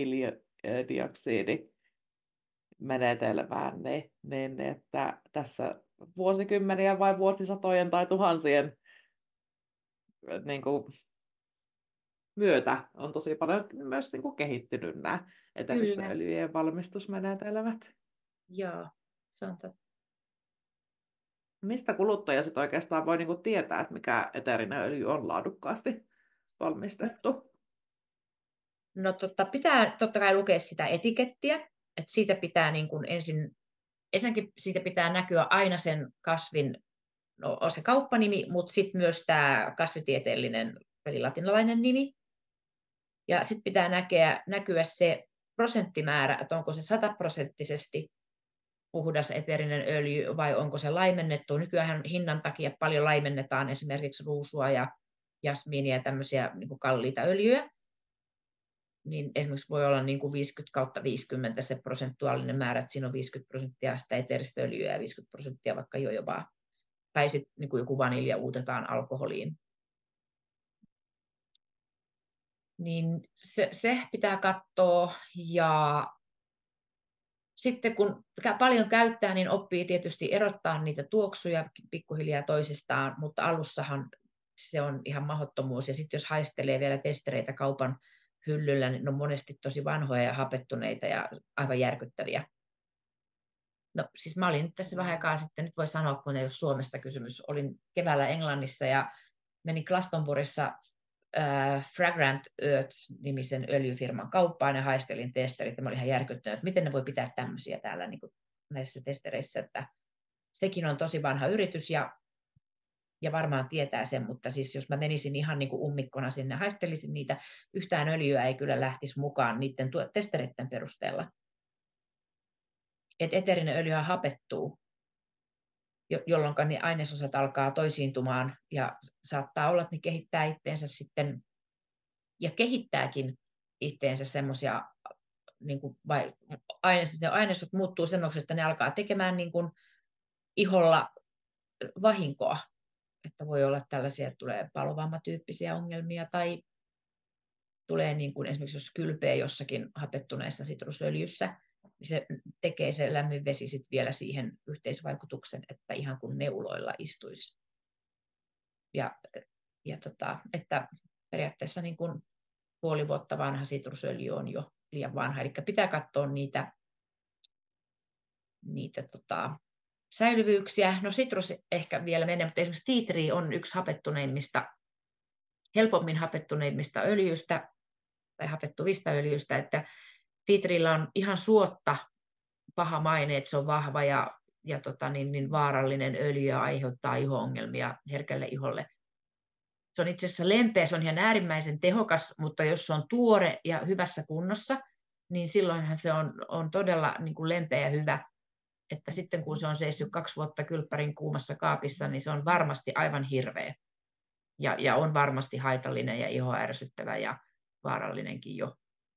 hiilidioksidimenetelmään. Niin, että tässä vuosikymmeniä vai vuosisatojen tai tuhansien niin kuin, myötä on tosi paljon myös niin kuin kehittynyt nämä eteeristen öljyjen valmistusmenetelmät. Joo, se on totta. Mistä kuluttaja sitten oikeastaan voi niin kuin tietää, että mikä eteerinen öljy on laadukkaasti valmistettu? No pitää totta kai lukea sitä etikettiä, että siitä pitää niin kuin ensinnäkin siitä pitää näkyä aina sen kasvin, on se kauppanimi, mutta sitten myös tämä kasvitieteellinen eli latinalainen nimi. Ja sitten pitää näkyä se prosenttimäärä, että onko se 100% puhdas eteerinen öljy vai onko se laimennettu. Nykyään hinnan takia paljon laimennetaan esimerkiksi ruusua ja jasmiinia ja tämmöisiä niin kuin kalliita öljyjä, niin esimerkiksi voi olla niin kuin 50/50 se prosentuaalinen määrä, että siinä on 50% sitä eteeristä öljyä ja 50% vaikka jojobaa. Tai sitten niin kuin joku vanilja uutetaan alkoholiin. Niin se pitää katsoa. Ja sitten kun paljon käyttää, niin oppii tietysti erottaa niitä tuoksuja pikkuhiljaa toisistaan, mutta alussahan se on ihan mahdottomuus. Ja sitten jos haistelee vielä testereitä kaupan hyllyllä, niin ne on monesti tosi vanhoja ja hapettuneita ja aivan järkyttäviä. No siis mä olin tässä vähän aikaa sitten, nyt voi sanoa, kun ei ole Suomesta kysymys, olin keväällä Englannissa ja menin Glastonburyssa Fragrant Earth-nimisen öljyfirman kauppaan ja haistelin testerit ja mä olin ihan järkyttynyt, että miten ne voi pitää tämmöisiä täällä niin kuin näissä testereissä, että sekin on tosi vanha yritys ja varmaan tietää sen, mutta siis jos mä menisin ihan niin kuin ummikkona sinne, haistelisin niitä, yhtään öljyä ei kyllä lähtisi mukaan niiden testereiden perusteella. Että eteerinen öljy hapettuu, jolloin ne ainesosat alkaa toisiintumaan ja saattaa olla, että ne kehittää itteensä sitten ja kehittääkin itteensä semmoisia niin ainesosat muuttuu semmoiksi, että ne alkaa tekemään niin kuin iholla vahinkoa. Että voi olla tällaisia, että tulee palovammatyyppisiä ongelmia tai tulee niin kuin esimerkiksi jos kylpee jossakin hapettuneessa sitrusöljyssä, niin se tekee se lämmin vesi sit vielä siihen yhteisvaikutuksen, että ihan kuin neuloilla istuisi. Että periaatteessa niin kuin puoli vuotta vanha sitrusöljy on jo liian vanha. Eli pitää katsoa niitä säilyvyyksiä. No sitrus ehkä vielä menee, mutta esimerkiksi tea tree on yksi helpommin hapettuneimmista öljyistä tai hapettuvista öljyistä, että tea treellä on ihan suotta paha maine, että se on vahva ja vaarallinen öljy ja aiheuttaa iho-ongelmia herkälle iholle. Se on itse asiassa lempeä, se on ihan äärimmäisen tehokas, mutta jos se on tuore ja hyvässä kunnossa, niin silloinhan se on todella niin kuin lempeä ja hyvä. Että sitten kun se on seissyt 2 vuotta kylppärin kuumassa kaapissa, niin se on varmasti aivan hirveä. Ja on varmasti haitallinen ja ihoa ärsyttävä ja vaarallinenkin jo.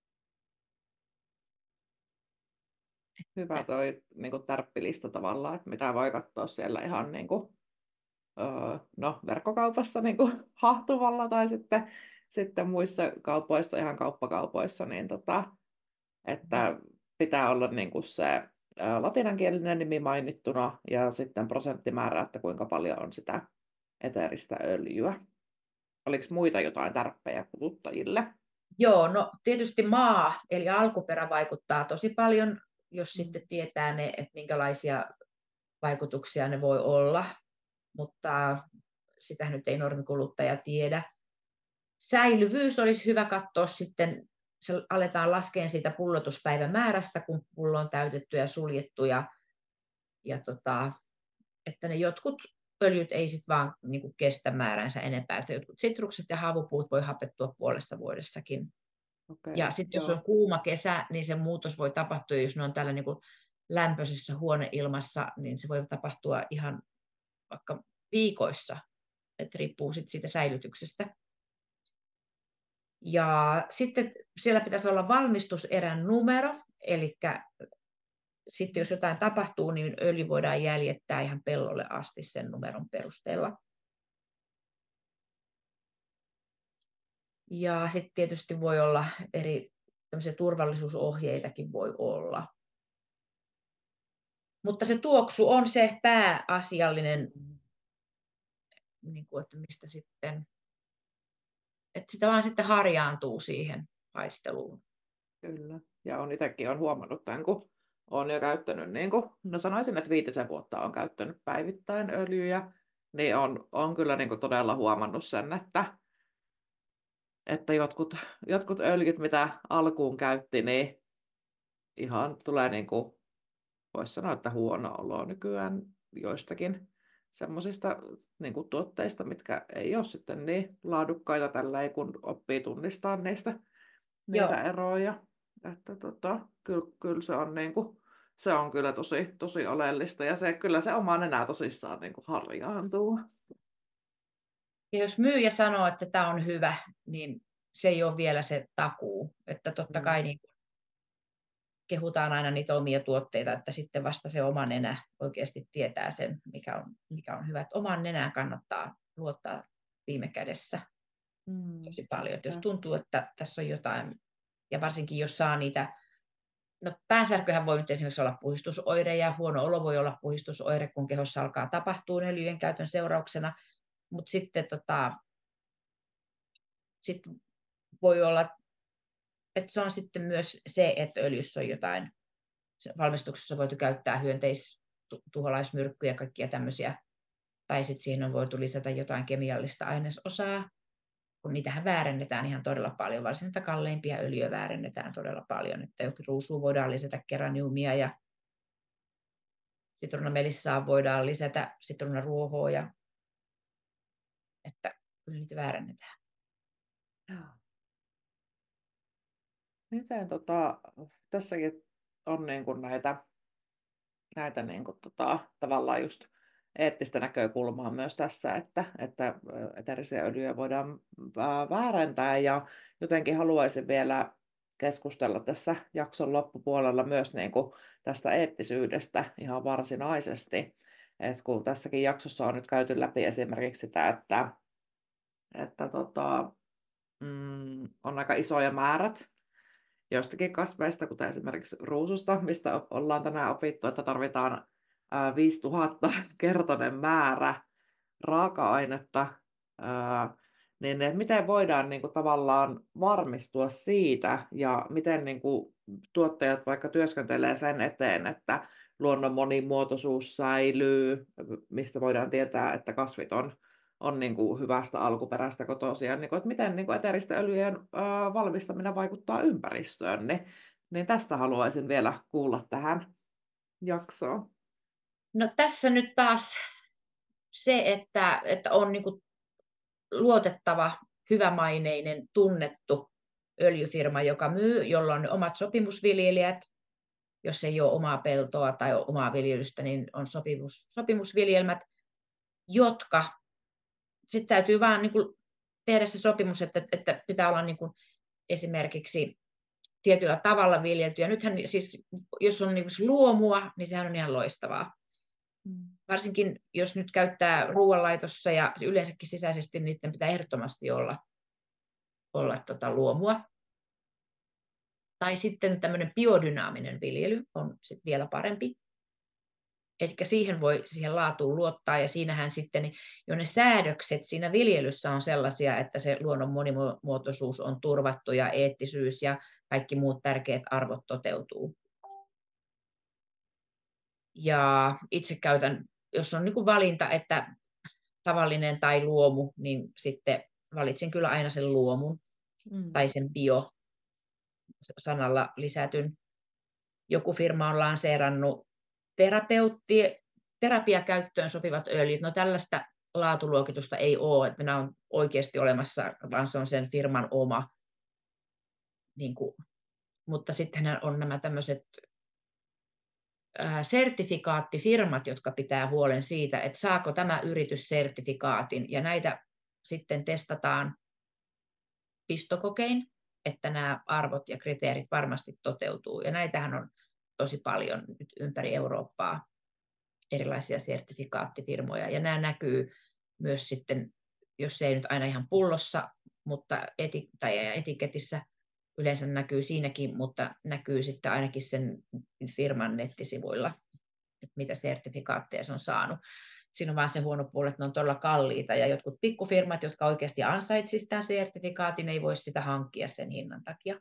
Hyvä toi niin kuin tärppilista tavallaan, että mitä voi katsoa siellä ihan niin kuin, verkkokaupassa niin kuin hahtuvalla tai sitten muissa kaupoissa, ihan kauppakaupoissa, niin että pitää olla niin kuin se latinankielinen nimi mainittuna ja sitten prosenttimäärä, että kuinka paljon on sitä eteeristä öljyä. Oliko muita jotain tärppejä kuluttajille? Joo, no tietysti maa, eli alkuperä vaikuttaa tosi paljon, jos sitten tietää ne, että minkälaisia vaikutuksia ne voi olla, mutta sitä nyt ei normikuluttaja tiedä. Säilyvyys olisi hyvä katsoa sitten, se aletaan laskea siitä pullotuspäivämäärästä, kun pullo on täytetty ja suljettu, että ne jotkut öljyt ei sitten vaan niin kuin kestä määränsä enempää. Että jotkut sitrukset ja havupuut voi hapettua 0,5 vuodessakin. Okay, ja sitten jos on kuuma kesä, niin se muutos voi tapahtua, jos ne on tällä niin kuin lämpöisessä huoneilmassa, niin se voi tapahtua ihan vaikka viikoissa, että riippuu sitten siitä säilytyksestä. Ja sitten siellä pitäisi olla valmistuserän numero, eli sitten jos jotain tapahtuu, niin öljy voidaan jäljittää ihan pellolle asti sen numeron perusteella. Ja sitten tietysti voi olla eri tämmöisiä turvallisuusohjeitakin voi olla. Mutta se tuoksu on se pääasiallinen, niin kuin, että mistä sitten, että sitä vaan sitten harjaantuu siihen haisteluun. Kyllä. Ja on itsekin on huomannut tämän, kun olen jo käyttänyt, niin kuin, no sanoisin, että 5 vuotta on käyttänyt päivittäin öljyjä, niin on kyllä niin kuin todella huomannut sen, että jotkut öljyt, mitä alkuun käytti, niin ihan tulee, niin kuin, voisi sanoa, että huono olo nykyään joistakin semmoisista niin kuin tuotteista, mitkä ei ole sitten niin laadukkaita tällä, kun oppii tunnistaa niitä eroja. Että kyllä se on niinku, se on kyllä tosi oleellista ja kyllä se oma nenä tosissaan niinku harjaantuu. Ja jos myyjä sanoo, että tämä on hyvä, niin se ei ole vielä se takuu. Että totta kai niin kehutaan aina niitä omia tuotteita, että sitten vasta se oma nenä oikeasti tietää sen, mikä on hyvä. Että omaan nenään kannattaa luottaa viime kädessä tosi paljon. Että jos tuntuu, että tässä on jotain, ja varsinkin jos saa niitä, no päänsärkyhän voi nyt esimerkiksi olla puhistusoire, ja huono olo voi olla puhistusoire, kun kehossa alkaa tapahtua öljyjen käytön seurauksena, mutta sitten sit voi olla, että se on sitten myös se, että öljyssä on jotain, valmistuksessa on voitu käyttää hyönteistuholaismyrkkyjä ja kaikkia tämmöisiä, tai sitten siihen on voitu lisätä jotain kemiallista ainesosaa, kun niitähän väärennetään ihan todella paljon, varsinkin kalleimpia öljyjä väärennetään todella paljon, että jokin ruusuun voidaan lisätä geraniumia ja sitruunamelissaan voidaan lisätä sitruunaruohoa, ja että kyllä niitä väärennetään. Miten tässäkin on niin kuin näitä niin kuin, tavallaan just eettistä näkökulmaa myös tässä, että eteerisiä öljyjä voidaan väärentää, ja jotenkin haluaisin vielä keskustella tässä jakson loppupuolella myös niin kuin tästä eettisyydestä ihan varsinaisesti. Et kun tässäkin jaksossa on nyt käyty läpi esimerkiksi sitä, että on aika isoja määrät joistakin kasveista, kuten esimerkiksi ruususta, mistä ollaan tänään opittu, että tarvitaan 5000-kertainen määrä raaka-ainetta, niin että miten voidaan niin kuin, tavallaan varmistua siitä, ja miten niin kuin, tuottajat vaikka työskentelee sen eteen, että luonnon monimuotoisuus säilyy, mistä voidaan tietää, että kasvit on niin kuin hyvästä alkuperäistä kotoisin, niin kuin, että miten niin kuin eteeristen öljyjen valmistaminen vaikuttaa ympäristöön, niin tästä haluaisin vielä kuulla tähän jaksoon. No tässä nyt taas se, että on niin kuin luotettava, hyvämaineinen, tunnettu öljyfirma, joka myy, jolla on omat sopimusviljelijät. Jos ei ole omaa peltoa tai omaa viljelystä, niin on sopimusviljelmät, jotka sitten täytyy vaan niin kuin tehdä se sopimus, että pitää olla niin kuin esimerkiksi tietyllä tavalla viljeltyä. Nythän siis, jos on niin kuin luomua, niin sehän on ihan loistavaa. Varsinkin jos nyt käyttää ruoanlaitossa ja yleensäkin sisäisesti, niin niiden pitää ehdottomasti olla luomua. Tai sitten tämmöinen biodynaaminen viljely on sitten vielä parempi. Eli siihen laatuun luottaa, ja siinähän sitten jo ne säädökset siinä viljelyssä on sellaisia, että se luonnon monimuotoisuus on turvattu ja eettisyys ja kaikki muut tärkeät arvot toteutuu. Ja itse käytän, jos on niin kuin valinta, että tavallinen tai luomu, niin sitten valitsin kyllä aina sen luomun tai sen bio-sanalla lisätyn. Joku firma on lanseerannut terapiakäyttöön sopivat öljyt. No tällaista laatuluokitusta ei ole, että nämä on oikeasti olemassa, vaan se on sen firman oma. Niin kuin, mutta sittenhän on nämä tämmöiset sertifikaattifirmat, jotka pitää huolen siitä, että saako tämä yritys sertifikaatin, ja näitä sitten testataan pistokokein, että nämä arvot ja kriteerit varmasti toteutuu. Ja näitähän on tosi paljon nyt ympäri Eurooppaa, erilaisia sertifikaattifirmoja, ja nämä näkyy myös sitten, jos se ei nyt aina ihan pullossa, mutta etiketissä yleensä näkyy siinäkin, mutta näkyy sitten ainakin sen firman nettisivuilla, että mitä sertifikaatteja se on saanut. Siinä on vaan se huono puoli, että ne on todella kalliita, ja jotkut pikkufirmat, jotka oikeasti ansaitsisivat tämän sertifikaatin, ei voi sitä hankkia sen hinnan takia.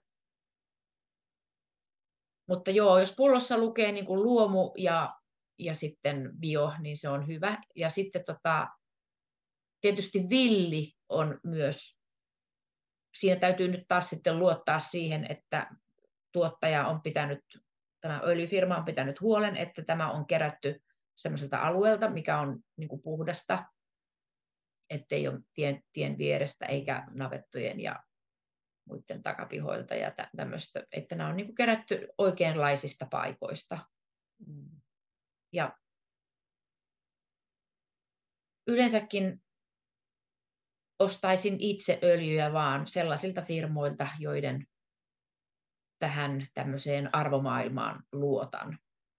Mutta joo, jos pullossa lukee niin kuin luomu ja sitten bio, niin se on hyvä. Ja sitten tietysti villi on myös, siinä täytyy nyt taas sitten luottaa siihen, että tämä öljyfirma on pitänyt huolen, että tämä on kerätty sellaiselta alueelta, mikä on niin kuin puhdasta, ettei ole tien vierestä eikä navettojen ja muiden takapihoilta ja tämmöistä, että nämä on niin kuin kerätty oikeanlaisista paikoista. Ja yleensäkin ostaisin itse öljyä vaan sellaisilta firmoilta, joiden tähän tämmöiseen arvomaailmaan luotan.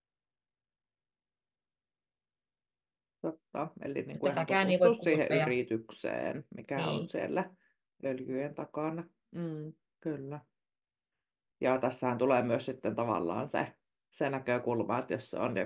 Totta. Eli niin kuin ihan Tätäkään ei voi tutustua siihen kuluttaja. yritykseen, mikä on Niin. siellä öljyjen takana. Kyllä. Ja tässähän tulee myös sitten tavallaan se näkökulma, että jos se on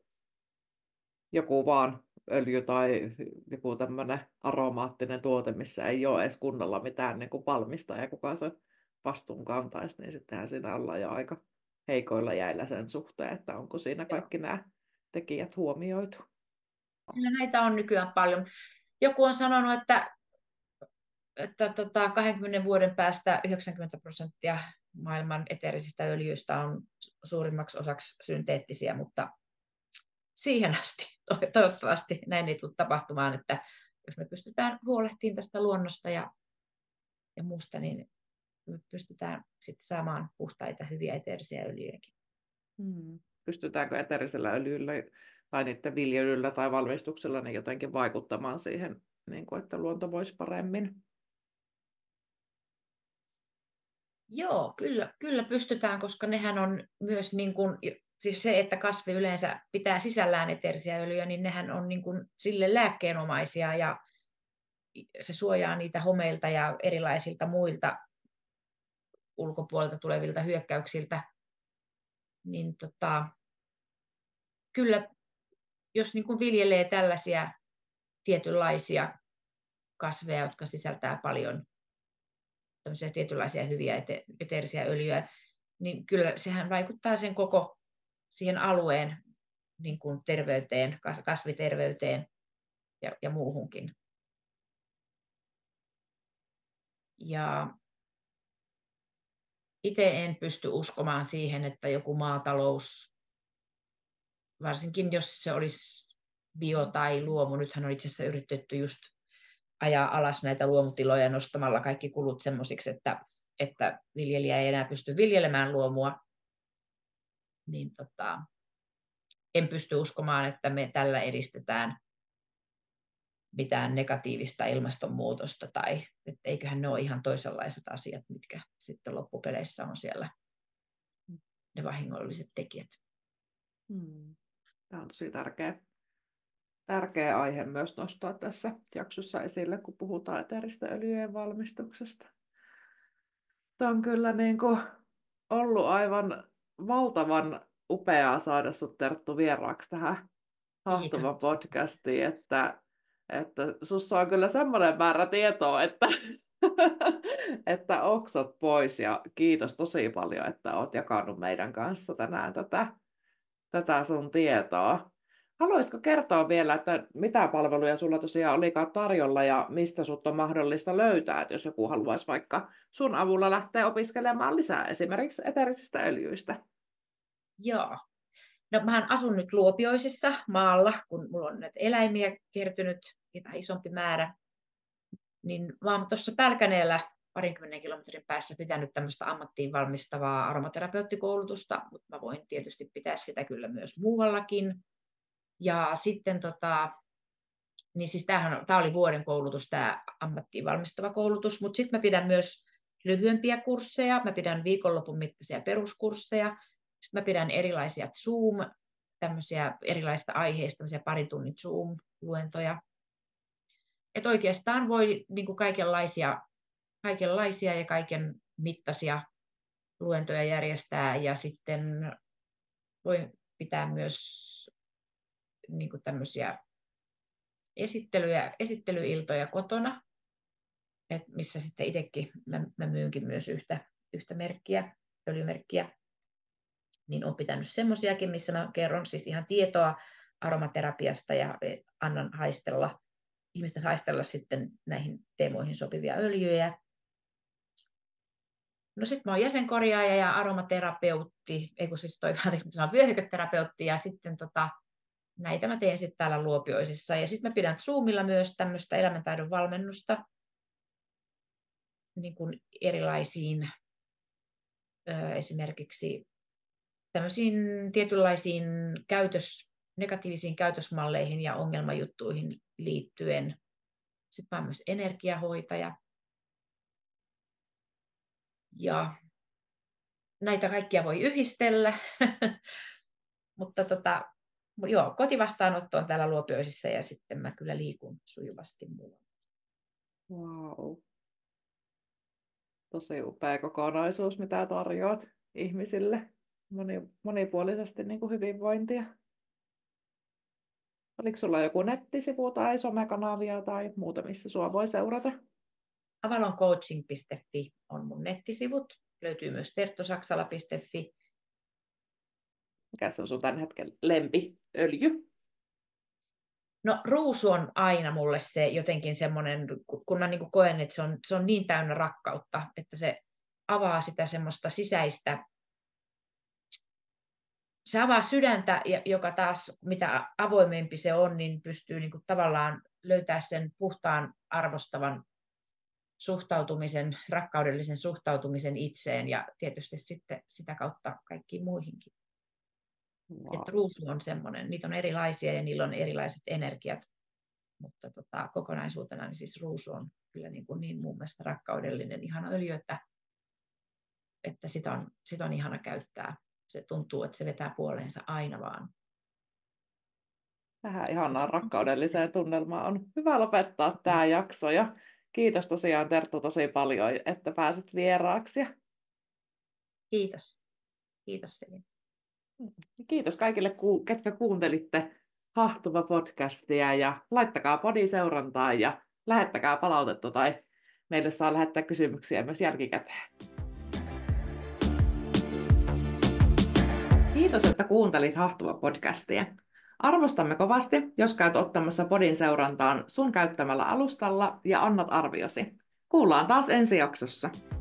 joku vaan öljy tai joku tämmöinen aromaattinen tuote, missä ei ole edes kunnolla mitään niin kuin valmistajaa, kuka sen vastuun kantaisi, niin sittenhän siinä ollaan jo aika heikoilla jäillä sen suhteen, että onko siinä Joo. kaikki nämä tekijät huomioitu. Kyllä näitä on nykyään paljon. Joku on sanonut, että 20 vuoden päästä 90% maailman eteerisistä öljyistä on suurimmaksi osaksi synteettisiä, mutta siihen asti toivottavasti näin ei tule tapahtumaan, että jos me pystytään huolehtimaan tästä luonnosta ja muusta, niin me pystytään sitten saamaan puhtaita, hyviä eteerisiä öljyjäkin. Pystytäänkö eteerisellä öljyllä tai niiden viljelyllä tai valmistuksella niin jotenkin vaikuttamaan siihen, niin kuin, että luonto voisi paremmin? Joo, kyllä pystytään, koska nehän on myös niin kuin, siis se, että kasvi yleensä pitää sisällään eteerisiä öljyjä, niin nehän on niin kuin sille lääkkeenomaisia ja se suojaa niitä homeilta ja erilaisilta muilta ulkopuolelta tulevilta hyökkäyksiltä. Niin kyllä, jos niin kuin viljelee tällaisia tietynlaisia kasveja, jotka sisältää paljon tämmöisiä tietynlaisia hyviä eteerisiä öljyjä, niin kyllä sehän vaikuttaa sen koko siihen alueen niin kuin terveyteen, kasviterveyteen ja muuhunkin. Ja itse en pysty uskomaan siihen, että joku maatalous, varsinkin jos se olisi bio tai luomu, nythän on itse asiassa yritetty just ajaa alas näitä luomutiloja nostamalla kaikki kulut semmoisiksi, että viljelijä ei enää pysty viljelemään luomua, niin en pysty uskomaan, että me tällä edistetään mitään negatiivista ilmastonmuutosta, tai että eiköhän ne ole ihan toisenlaiset asiat, mitkä sitten loppupeleissä on siellä ne vahingolliset tekijät. Tämä on tosi tärkeä aihe myös nostaa tässä jaksossa esille, kun puhutaan eteeristä öljyjen valmistuksesta. Tämä on kyllä niin kuin ollut aivan valtavan upeaa saada sut, Terttu, vieraaksi tähän Kiitos. Hahtuma-podcastiin, että sussa on kyllä semmoinen määrä tietoa, että, että oksat pois, ja kiitos tosi paljon, että oot jakanut meidän kanssa tänään tätä sun tietoa. Haluaisitko kertoa vielä, että mitä palveluja sulla tosiaan olikaan tarjolla ja mistä sut on mahdollista löytää, että jos joku haluaisi vaikka sun avulla lähteä opiskelemaan lisää esimerkiksi eteerisistä öljyistä? Joo. No mähän asun nyt Luopioisissa maalla, kun mulla on näitä eläimiä kertynyt vähän isompi määrä, niin mä oon tuossa Pälkäneellä 20 kilometrin päässä pitänyt tämmöistä ammattiin valmistavaa aromaterapeuttikoulutusta, mutta mä voin tietysti pitää sitä kyllä myös muuallakin. Ja sitten niin siis tämä oli vuoden koulutus, tämä ammattiin valmistava koulutus, mutta sitten mä pidän myös lyhyempiä kursseja, mä pidän viikonlopun mittaisia peruskursseja, sitten mä pidän erilaisia Zoom, tämmöisiä erilaisista aiheista, tämmöisiä parin tunnin Zoom-luentoja. Että oikeastaan voi niin kuin kaikenlaisia ja kaiken mittaisia luentoja järjestää, ja sitten voi pitää myös niin kuin tämmöisiä esittelyiltoja kotona, missä sitten itsekin mä myynkin myös yhtä merkkiä, öljymerkkiä, niin olen pitänyt semmoisiakin, missä mä kerron siis ihan tietoa aromaterapiasta ja annan ihmisten haistella sitten näihin teemoihin sopivia öljyjä. No sitten mä oon jäsenkorjaaja ja aromaterapeutti, vyöhyketerapeutti, ja sitten näitä mä teen sitten täällä Luopioisissa. Ja sitten mä pidän Zoomilla myös tämmöistä elämäntaidon valmennusta niin kuin erilaisiin esimerkiksi tämmöisiin tietynlaisiin negatiivisiin käytösmalleihin ja ongelmajuttuihin liittyen. Sitten mä oon myös energiahoitaja. Ja näitä kaikkia voi yhdistellä. Mutta joo, kotivastaanotto on täällä Luopioisissa ja sitten mä kyllä liikun sujuvasti muualla. Wow. Tosi upea kokonaisuus, mitä tarjoat ihmisille. Monipuolisesti niin kuin hyvinvointia. Oliko sulla joku nettisivu tai somekanavia tai muuta, missä sua voi seurata? avaloncoaching.fi on mun nettisivut. Löytyy myös terttosaksala.fi. Mikä se on sun tämän hetken lempiöljy? No ruusu on aina mulle se jotenkin semmoinen, kun mä niin koen, että se on niin täynnä rakkautta, että se avaa sitä semmoista sisäistä, se avaa sydäntä, joka taas mitä avoimempi se on, niin pystyy niin kuin tavallaan löytää sen puhtaan arvostavan suhtautumisen, rakkaudellisen suhtautumisen itseen ja tietysti sitten sitä kautta kaikkiin muihinkin. Wow. Että ruusu on semmoinen, niitä on erilaisia ja niillä on erilaiset energiat, mutta kokonaisuutena niin siis ruusu on kyllä niin mun mielestä rakkaudellinen, ihana öljy, että sitä on ihana käyttää. Se tuntuu, että se vetää puoleensa aina vaan. Tähän ihanaan rakkaudelliseen tunnelmaan on hyvä lopettaa tämä jakso. Ja kiitos tosiaan Terttu tosi paljon, että pääsit vieraaksi. Kiitos. Kiitos Selin. Kiitos kaikille, ketkä kuuntelitte Hahtuma-podcastia ja laittakaa podiseurantaan ja lähettäkää palautetta tai meille saa lähettää kysymyksiä myös jälkikäteen. Kiitos, että kuuntelit Hahtuma-podcastia. Arvostamme kovasti, jos käyt ottamassa podin seurantaan sun käyttämällä alustalla ja annat arviosi. Kuullaan taas ensi jaksossa.